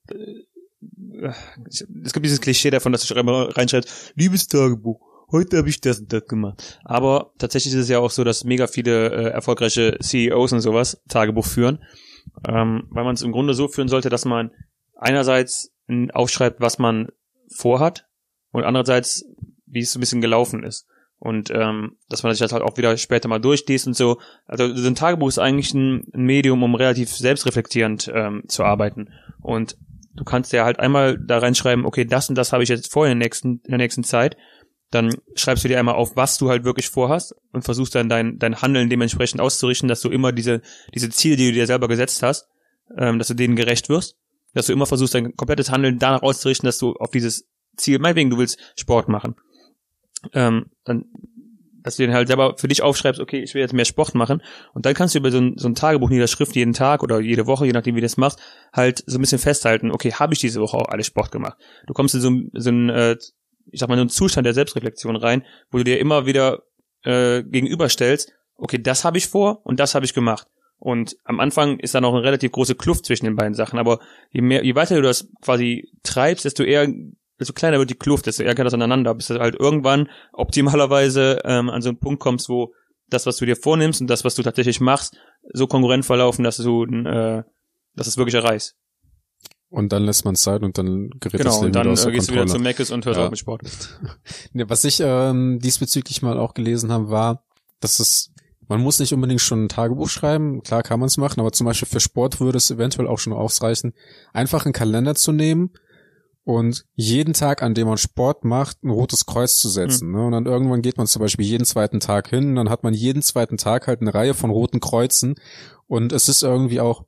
S1: es gibt dieses Klischee davon, dass du reinschreibst, liebes Tagebuch, heute habe ich das und das gemacht. Aber tatsächlich ist es ja auch so, dass mega viele äh, erfolgreiche C E Os und sowas Tagebuch führen. Ähm, weil man es im Grunde so führen sollte, dass man einerseits aufschreibt, was man vorhat und andererseits, wie es so ein bisschen gelaufen ist. Und ähm, dass man sich das halt auch wieder später mal durchliest und so. Also so ein Tagebuch ist eigentlich ein, ein Medium, um relativ selbstreflektierend ähm, zu arbeiten. Und du kannst ja halt einmal da reinschreiben, okay, das und das habe ich jetzt vor in der nächsten, in der nächsten Zeit. Dann schreibst du dir einmal auf, was du halt wirklich vorhast und versuchst dann dein, dein Handeln dementsprechend auszurichten, dass du immer diese, diese Ziele, die du dir selber gesetzt hast, ähm, dass du denen gerecht wirst, dass du immer versuchst, dein komplettes Handeln danach auszurichten, dass du auf dieses Ziel, meinetwegen, du willst Sport machen, ähm, dann, dass du den halt selber für dich aufschreibst, okay, ich will jetzt mehr Sport machen, und dann kannst du über so ein, so ein Tagebuch Niederschrift jeden Tag oder jede Woche, je nachdem wie du das machst, halt so ein bisschen festhalten, okay, habe ich diese Woche auch alles Sport gemacht? Du kommst in so, so ein, äh, ich sag mal, so einen Zustand der Selbstreflexion rein, wo du dir immer wieder äh, gegenüberstellst, okay, das habe ich vor und das habe ich gemacht. Und am Anfang ist da noch eine relativ große Kluft zwischen den beiden Sachen, aber je mehr, je weiter du das quasi treibst, desto eher, desto kleiner wird die Kluft, desto eher geht das aneinander, bis du halt irgendwann optimalerweise ähm, an so einen Punkt kommst, wo das, was du dir vornimmst und das, was du tatsächlich machst, so kongruent verlaufen, dass du äh, dass es wirklich erreichst.
S2: Und dann lässt man es sein und dann gerät
S1: genau,
S2: das Leben
S1: und dann
S2: wieder aus der
S1: gehst du
S2: Kontrolle.
S1: wieder zu Meckes und hörst
S2: ja.
S1: auf mit Sport.
S2: Ja, was ich ähm, diesbezüglich mal auch gelesen habe, war, dass es, man muss nicht unbedingt schon ein Tagebuch schreiben, klar kann man es machen, aber zum Beispiel für Sport würde es eventuell auch schon ausreichen, einfach einen Kalender zu nehmen und jeden Tag, an dem man Sport macht, ein rotes Kreuz zu setzen. Mhm. Ne? Und dann irgendwann geht man zum Beispiel jeden zweiten Tag hin, und dann hat man jeden zweiten Tag halt eine Reihe von roten Kreuzen, und es ist irgendwie auch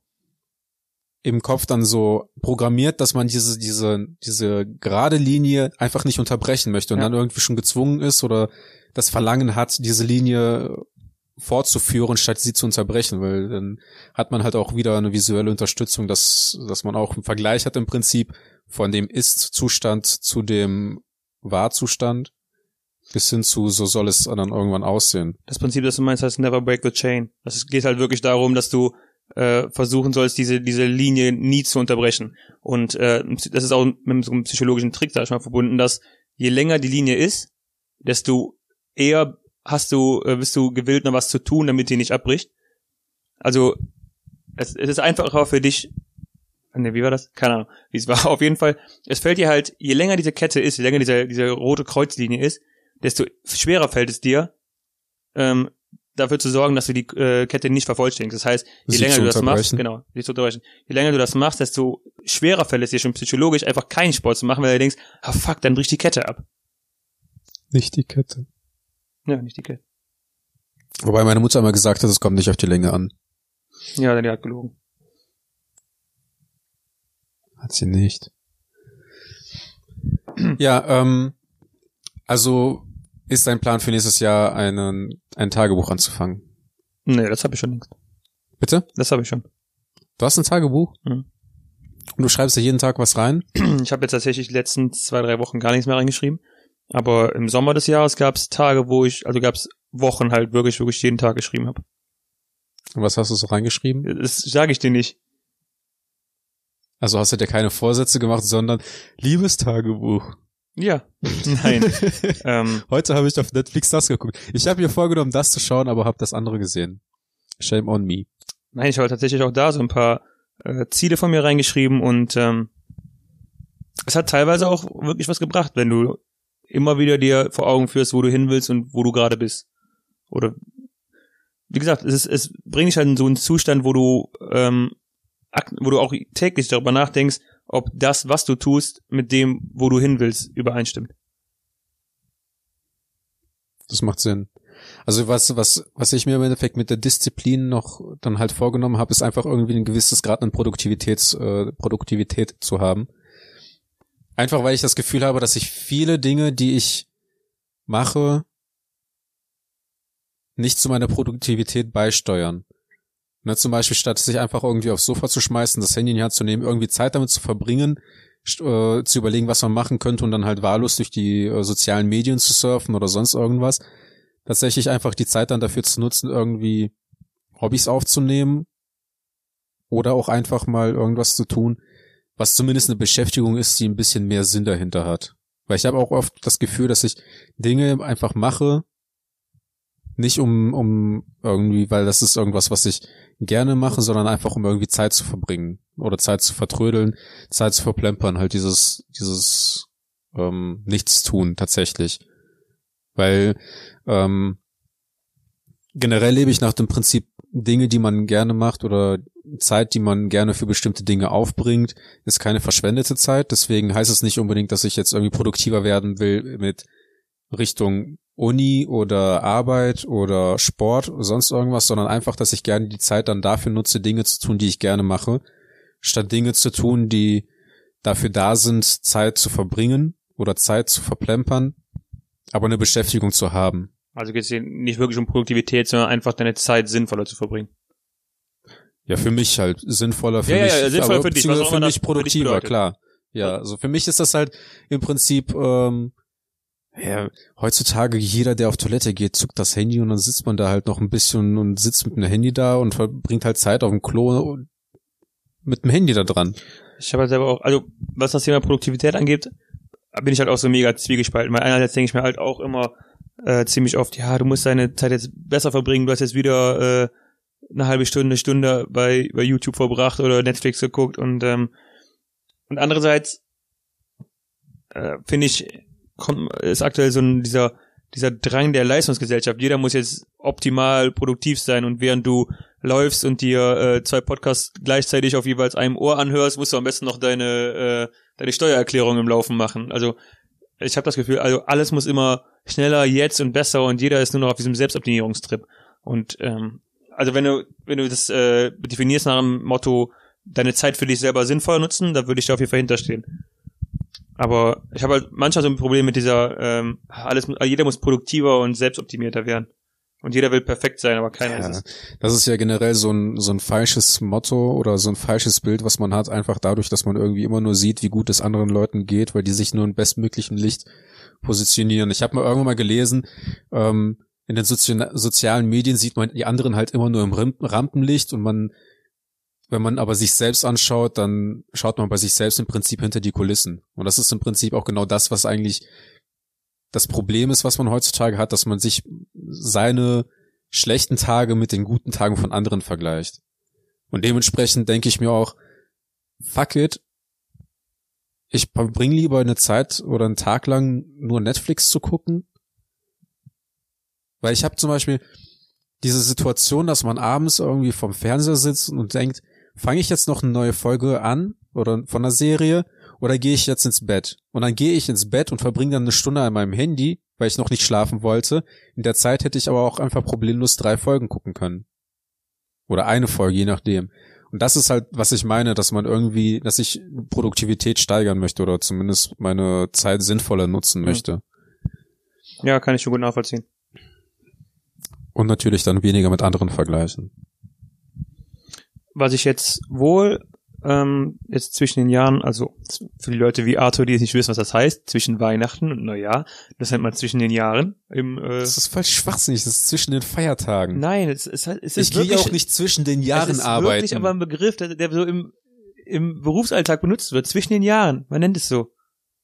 S2: im Kopf dann so programmiert, dass man diese diese diese gerade Linie einfach nicht unterbrechen möchte und ja. dann irgendwie schon gezwungen ist oder das Verlangen hat, diese Linie fortzuführen, statt sie zu unterbrechen, weil dann hat man halt auch wieder eine visuelle Unterstützung, dass dass man auch einen Vergleich hat im Prinzip von dem Ist-Zustand zu dem War-Zustand bis hin zu, so soll es dann irgendwann aussehen.
S1: Das Prinzip, das du meinst, heißt never break the chain. Es geht halt wirklich darum, dass du äh, versuchen sollst, diese diese Linie nie zu unterbrechen. Und äh, das ist auch mit so einem psychologischen Trick, sag ich mal, verbunden, dass je länger die Linie ist, desto eher hast du, äh, bist du gewillt, noch was zu tun, damit die nicht abbricht. Also es, es ist einfacher für dich, ne, wie war das? Keine Ahnung, wie es war. Auf jeden Fall, es fällt dir halt, je länger diese Kette ist, je länger diese, diese rote Kreuzlinie ist, desto schwerer fällt es dir, ähm, dafür zu sorgen, dass du die äh, Kette nicht vervollständigst. Das heißt, je
S2: sie
S1: länger du das machst, genau, sie zu unterbrechen, je länger du das machst, desto schwerer fällt es dir schon psychologisch einfach keinen Sport zu machen, weil du denkst, ah fuck, dann bricht die Kette ab.
S2: Nicht die Kette.
S1: Ja, nicht die Kette.
S2: Wobei meine Mutter immer gesagt hat, es kommt nicht auf die Länge an.
S1: Ja, die hat gelogen.
S2: Hat sie nicht. Ja, ähm, also ist dein Plan für nächstes Jahr, einen ein Tagebuch anzufangen?
S1: Nee, das habe ich schon längst.
S2: Bitte?
S1: Das habe ich schon.
S2: Du hast ein Tagebuch?
S1: Mhm.
S2: Und du schreibst da jeden Tag was rein?
S1: Ich habe jetzt tatsächlich die letzten zwei, drei Wochen gar nichts mehr reingeschrieben. Aber im Sommer des Jahres gab es Tage, wo ich, also gab es Wochen halt wirklich, wirklich jeden Tag geschrieben habe.
S2: Und was hast du so reingeschrieben?
S1: Das sage ich dir nicht.
S2: Also hast du dir keine Vorsätze gemacht, sondern liebes Tagebuch.
S1: Ja, nein. ähm,
S2: Heute habe ich auf Netflix das geguckt. Ich habe mir vorgenommen, das zu schauen, aber habe das andere gesehen. Shame on me.
S1: Nein, ich habe tatsächlich auch da so ein paar äh, Ziele von mir reingeschrieben, und ähm, es hat teilweise auch wirklich was gebracht, wenn du immer wieder dir vor Augen führst, wo du hin willst und wo du gerade bist. Oder wie gesagt, es, ist, es bringt dich halt in so einen Zustand, wo du ähm, wo du auch täglich darüber nachdenkst, ob das, was du tust, mit dem, wo du hin willst, übereinstimmt.
S2: Das macht Sinn. Also was was was ich mir im Endeffekt mit der Disziplin noch dann halt vorgenommen habe, ist einfach irgendwie ein gewisses Grad an Produktivitäts äh, Produktivität zu haben. Einfach weil ich das Gefühl habe, dass ich viele Dinge, die ich mache, nicht zu meiner Produktivität beisteuern. Ne, zum Beispiel, statt sich einfach irgendwie aufs Sofa zu schmeißen, das Handy in die Hand zu nehmen, irgendwie Zeit damit zu verbringen, äh, zu überlegen, was man machen könnte, und dann halt wahllos durch die äh, sozialen Medien zu surfen oder sonst irgendwas. Tatsächlich einfach die Zeit dann dafür zu nutzen, irgendwie Hobbys aufzunehmen oder auch einfach mal irgendwas zu tun, was zumindest eine Beschäftigung ist, die ein bisschen mehr Sinn dahinter hat. Weil ich habe auch oft das Gefühl, dass ich Dinge einfach mache, nicht um um irgendwie, weil das ist irgendwas, was ich gerne mache, sondern einfach um irgendwie Zeit zu verbringen oder Zeit zu vertrödeln, Zeit zu verplempern, halt dieses dieses ähm, Nichtstun tatsächlich. Weil ähm, generell lebe ich nach dem Prinzip, Dinge, die man gerne macht oder Zeit, die man gerne für bestimmte Dinge aufbringt, ist keine verschwendete Zeit. Deswegen heißt es nicht unbedingt, dass ich jetzt irgendwie produktiver werden will mit Richtung Uni oder Arbeit oder Sport oder sonst irgendwas, sondern einfach, dass ich gerne die Zeit dann dafür nutze, Dinge zu tun, die ich gerne mache, statt Dinge zu tun, die dafür da sind, Zeit zu verbringen oder Zeit zu verplempern, aber eine Beschäftigung zu haben.
S1: Also geht es hier nicht wirklich um Produktivität, sondern einfach deine Zeit sinnvoller zu verbringen.
S2: Ja, für mich halt sinnvoller, für
S1: ja,
S2: mich,
S1: ja, ja, sinnvoller für dich, was
S2: für
S1: auch immer
S2: mich
S1: das
S2: produktiver,
S1: bedeutet.
S2: klar. Ja, also für mich ist das halt im Prinzip, ähm, ja, heutzutage jeder, der auf Toilette geht, zuckt das Handy und dann sitzt man da halt noch ein bisschen und sitzt mit dem Handy da und verbringt halt Zeit auf dem Klo mit dem Handy da dran.
S1: Ich habe halt selber auch, also was das Thema Produktivität angeht, bin ich halt auch so mega zwiegespalten. Weil einerseits denke ich mir halt auch immer äh, ziemlich oft, ja, du musst deine Zeit jetzt besser verbringen, du hast jetzt wieder äh, eine halbe Stunde, eine Stunde bei, bei YouTube verbracht oder Netflix geguckt und ähm, und andererseits äh, finde ich, kommt, ist aktuell so ein, dieser dieser Drang der Leistungsgesellschaft. Jeder muss jetzt optimal produktiv sein und während du läufst und dir äh, zwei Podcasts gleichzeitig auf jeweils einem Ohr anhörst, musst du am besten noch deine äh, deine Steuererklärung im Laufen machen. Also ich habe das Gefühl, also alles muss immer schneller, jetzt und besser und jeder ist nur noch auf diesem Selbstoptimierungstrip. Und ähm, also wenn du wenn du das äh, definierst nach dem Motto, deine Zeit für dich selber sinnvoll nutzen, da würde ich da auf jeden Fall hinterstehen. Aber ich habe halt manchmal so ein Problem mit dieser, ähm, alles, jeder muss produktiver und selbstoptimierter werden. Und jeder will perfekt sein, aber keiner
S2: ja,
S1: ist es.
S2: Das ist ja generell so ein so ein falsches Motto oder so ein falsches Bild, was man hat, einfach dadurch, dass man irgendwie immer nur sieht, wie gut es anderen Leuten geht, weil die sich nur im bestmöglichen Licht positionieren. Ich habe mal irgendwann mal gelesen, ähm, in den Sozi- sozialen Medien sieht man die anderen halt immer nur im Rampenlicht und man, wenn man aber sich selbst anschaut, dann schaut man bei sich selbst im Prinzip hinter die Kulissen. Und das ist im Prinzip auch genau das, was eigentlich das Problem ist, was man heutzutage hat, dass man sich seine schlechten Tage mit den guten Tagen von anderen vergleicht. Und dementsprechend denke ich mir auch, fuck it, ich verbringe lieber eine Zeit oder einen Tag lang nur Netflix zu gucken. Weil ich habe zum Beispiel diese Situation, dass man abends irgendwie vorm Fernseher sitzt und denkt, fange ich jetzt noch eine neue Folge an oder von einer Serie oder gehe ich jetzt ins Bett? Und dann gehe ich ins Bett und verbringe dann eine Stunde an meinem Handy, weil ich noch nicht schlafen wollte. In der Zeit hätte ich aber auch einfach problemlos drei Folgen gucken können. Oder eine Folge, je nachdem. Und das ist halt, was ich meine, dass man irgendwie, dass ich Produktivität steigern möchte oder zumindest meine Zeit sinnvoller nutzen möchte.
S1: Ja, kann ich schon gut nachvollziehen.
S2: Und natürlich dann weniger mit anderen vergleichen.
S1: Was ich jetzt wohl ähm, jetzt zwischen den Jahren, also für die Leute wie Arthur, die jetzt nicht wissen, was das heißt, zwischen Weihnachten und Neujahr, das nennt man zwischen den Jahren. Im, äh
S2: das ist voll schwachsinnig, das ist zwischen den Feiertagen.
S1: Nein, es ist halt, es ist
S2: ich
S1: wirklich,
S2: gehe auch nicht zwischen den Jahren
S1: es ist
S2: arbeiten.
S1: wirklich aber ein Begriff, der, der so im, im Berufsalltag benutzt wird, zwischen den Jahren. Man nennt es so.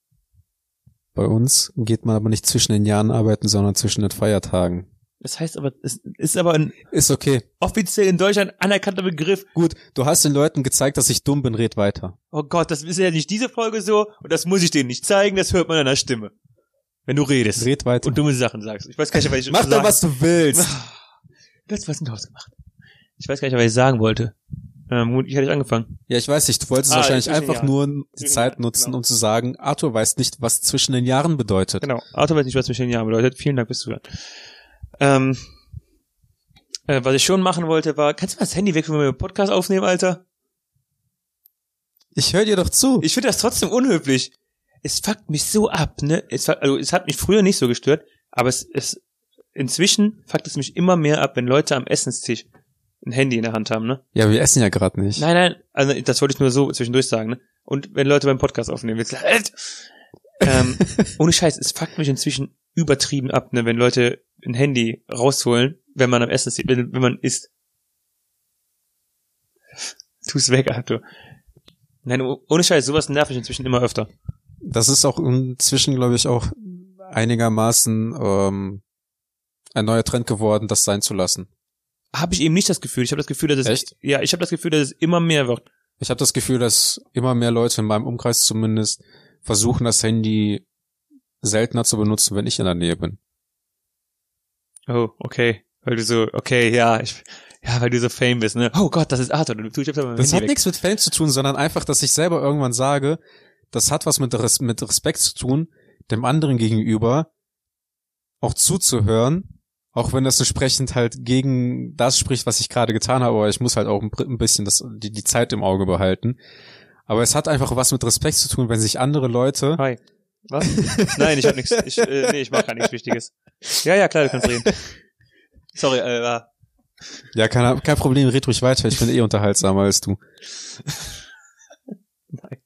S2: Bei uns geht man aber nicht zwischen den Jahren arbeiten, sondern zwischen den Feiertagen.
S1: Das heißt aber, es ist aber ein
S2: ist okay.
S1: offiziell in Deutschland anerkannter Begriff.
S2: Gut, du hast den Leuten gezeigt, dass ich dumm bin, red weiter.
S1: Oh Gott, das ist ja nicht diese Folge so und das muss ich denen nicht zeigen, das hört man an der Stimme. Wenn du redest.
S2: Red weiter.
S1: Und dumme Sachen sagst. Ich weiß gar nicht, was ich
S2: Mach doch, was du willst.
S1: Du hast was in Haus gemacht. Ich weiß gar nicht, was ich sagen wollte. Ähm, ich hatte angefangen.
S2: Ja, ich weiß nicht, du wolltest
S1: ah,
S2: wahrscheinlich einfach
S1: Jahren.
S2: nur die
S1: zwischen
S2: Zeit
S1: Jahren,
S2: nutzen,
S1: genau.
S2: um zu sagen, Arthur weiß nicht, was zwischen den Jahren bedeutet.
S1: Genau, Arthur weiß nicht, was zwischen den Jahren bedeutet. Vielen Dank fürs Zuhören. Ähm, äh, was ich schon machen wollte, war, kannst du mal das Handy weg, wenn wir einen Podcast aufnehmen, Alter?
S2: Ich höre dir doch zu.
S1: Ich finde das trotzdem unhöflich. Es fuckt mich so ab, ne? Es, also, es hat mich früher nicht so gestört, aber es, es, inzwischen fuckt es mich immer mehr ab, wenn Leute am Essenstisch ein Handy in der Hand haben, ne?
S2: Ja, wir essen ja gerade nicht.
S1: Nein, nein, also das wollte ich nur so zwischendurch sagen, ne? Und wenn Leute beim Podcast aufnehmen, wird's äh, ähm, ohne Scheiß, es fuckt mich inzwischen übertrieben ab, ne? Wenn Leute ein Handy rausholen, wenn man am Essenstisch, wenn, wenn man isst. Tu's weg, Arthur. Nein, ohne Scheiß, sowas nervt mich inzwischen immer öfter.
S2: Das ist auch inzwischen, glaube ich, auch einigermaßen ähm, ein neuer Trend geworden, das sein zu lassen.
S1: Habe ich eben nicht das Gefühl. Ich habe das Gefühl, dass es
S2: Echt?
S1: ja, ich habe das Gefühl, dass es immer mehr wird.
S2: Ich habe das Gefühl, dass immer mehr Leute in meinem Umkreis zumindest versuchen, das Handy seltener zu benutzen, wenn ich in der Nähe bin.
S1: Oh, okay. Weil du so, okay, ja, ich Ja, weil du so Fame bist, ne? Oh Gott, das ist Arthur. Du tust einfach mal
S2: Das
S1: Handy
S2: hat
S1: weg.
S2: nichts mit Fame zu tun, sondern einfach, dass ich selber irgendwann sage, das hat was mit, Res- mit Respekt zu tun, dem anderen gegenüber auch zuzuhören, auch wenn das entsprechend halt gegen das spricht, was ich gerade getan habe, aber ich muss halt auch ein, ein bisschen das, die, die Zeit im Auge behalten. Aber es hat einfach was mit Respekt zu tun, wenn sich andere Leute...
S1: Hi. Was? Nein, ich hab nichts. Ich, äh, nee, ich mach gar nichts Wichtiges. Ja, ja, klar, du kannst reden. Sorry, äh, war.
S2: Ja, kein, kein Problem, red ruhig weiter, ich bin eh unterhaltsamer als du.
S1: Nein.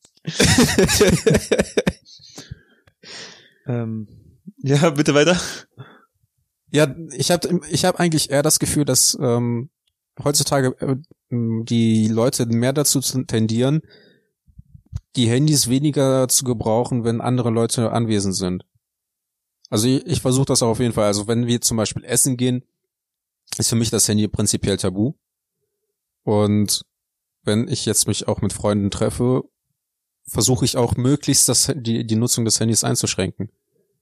S1: ähm, ja, bitte weiter.
S2: Ja, ich habe ich hab eigentlich eher das Gefühl, dass ähm, heutzutage äh, die Leute mehr dazu tendieren, die Handys weniger zu gebrauchen, wenn andere Leute anwesend sind. Also ich, ich versuche das auch auf jeden Fall. Also wenn wir zum Beispiel essen gehen, ist für mich das Handy prinzipiell tabu. Und wenn ich jetzt mich auch mit Freunden treffe, versuche ich auch möglichst das, die, die Nutzung des Handys einzuschränken.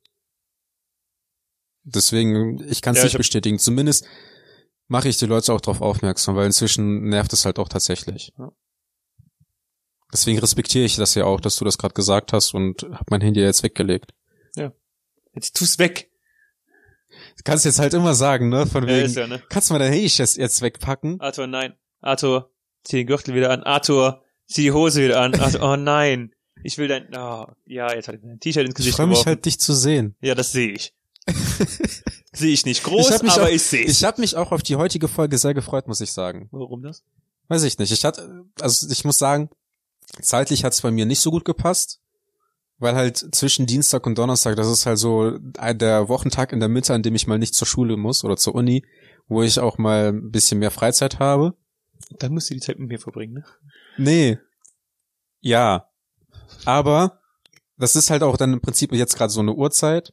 S2: Deswegen, ich kann es
S1: Ja,
S2: nicht
S1: ich hab-
S2: bestätigen. Zumindest mache ich die Leute auch darauf aufmerksam, weil inzwischen nervt es halt auch tatsächlich.
S1: Ja.
S2: Deswegen respektiere ich das ja auch, dass du das gerade gesagt hast und habe mein Handy jetzt weggelegt.
S1: Jetzt tu's weg.
S2: Du kannst jetzt halt immer sagen, ne, von
S1: Ja,
S2: wegen,
S1: ist ja, ne?
S2: kannst du mal dein Handy jetzt jetzt wegpacken?
S1: Arthur, nein. Arthur, zieh den Gürtel wieder an. Arthur, zieh die Hose wieder an. Arthur, oh nein. Ich will dein, oh, ja, jetzt hat ich mein T-Shirt ins
S2: Ich
S1: Gesicht
S2: freue mich
S1: geworfen.
S2: halt, dich zu sehen.
S1: Ja, das sehe ich. Sehe ich nicht groß,
S2: Ich hab mich
S1: aber
S2: auch-
S1: ich sehe
S2: Ich habe mich auch auf die heutige Folge sehr gefreut, muss ich sagen.
S1: Warum das?
S2: Weiß ich nicht. Ich hatte, also ich muss sagen, zeitlich hat es bei mir nicht so gut gepasst, weil halt zwischen Dienstag und Donnerstag, das ist halt so ein- der Wochentag in der Mitte, an dem ich mal nicht zur Schule muss oder zur Uni, wo ich auch mal ein bisschen mehr Freizeit habe.
S1: Dann musst du die Zeit mit mir verbringen, ne?
S2: Nee. Ja. Aber das ist halt auch dann im Prinzip jetzt gerade so eine Uhrzeit,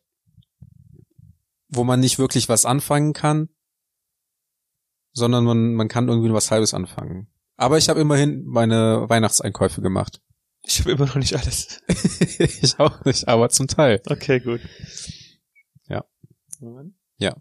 S2: wo man nicht wirklich was anfangen kann, sondern man, man kann irgendwie nur was Halbes anfangen. Aber ich habe immerhin meine Weihnachtseinkäufe gemacht.
S1: Ich habe immer noch nicht alles.
S2: Ich auch nicht, aber zum Teil.
S1: Okay, gut.
S2: Ja.
S1: Moment.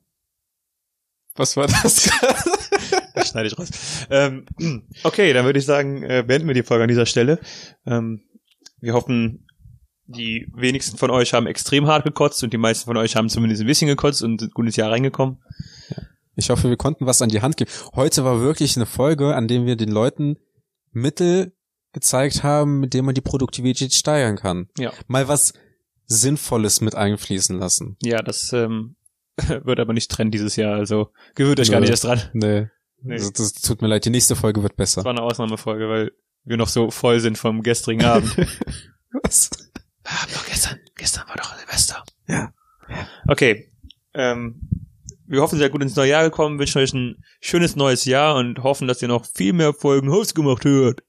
S2: Was war das?
S1: Das schneide ich raus. Ähm, okay, dann würde ich sagen, äh, beenden wir die Folge an dieser Stelle. Ähm, wir hoffen, die wenigsten von euch haben extrem hart gekotzt und die meisten von euch haben zumindest ein bisschen gekotzt und sind gut ins Jahr reingekommen.
S2: Ich hoffe, wir konnten was an die Hand geben. Heute war wirklich eine Folge, an der wir den Leuten Mittel gezeigt haben, mit denen man die Produktivität steigern kann.
S1: Ja.
S2: Mal was Sinnvolles mit einfließen lassen.
S1: Ja, das ähm, wird aber nicht Trend dieses Jahr, also gewöhnt euch gar
S2: Nö.
S1: nicht erst dran.
S2: Nee.
S1: Nee.
S2: Das, das tut mir leid, die nächste Folge wird
S1: Das
S2: besser.
S1: war eine Ausnahmefolge, weil wir noch so voll sind vom gestrigen Abend.
S2: Was?
S1: Ah, doch gestern, gestern war doch Silvester.
S2: Ja.
S1: Okay, ähm, wir hoffen, ihr seid gut ins neue Jahr gekommen, wünschen euch ein schönes neues Jahr und hoffen, dass ihr noch viel mehr Folgen Host gemacht hört.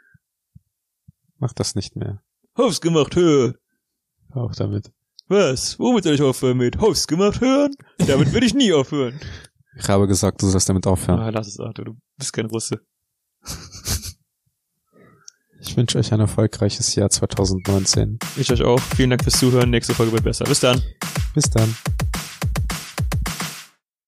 S2: Mach das nicht mehr.
S1: Host gemacht hört.
S2: Auch damit.
S1: Was? Womit soll ich aufhören mit? Host gemacht hören? Damit will ich nie aufhören.
S2: Ich habe gesagt, du sollst damit aufhören.
S1: Ah, lass es, Arthur, du bist kein Russe.
S2: Ich wünsche euch ein erfolgreiches Jahr zwanzig neunzehn.
S1: Ich euch auch. Vielen Dank fürs Zuhören. Nächste Folge wird besser. Bis dann.
S2: Bis dann.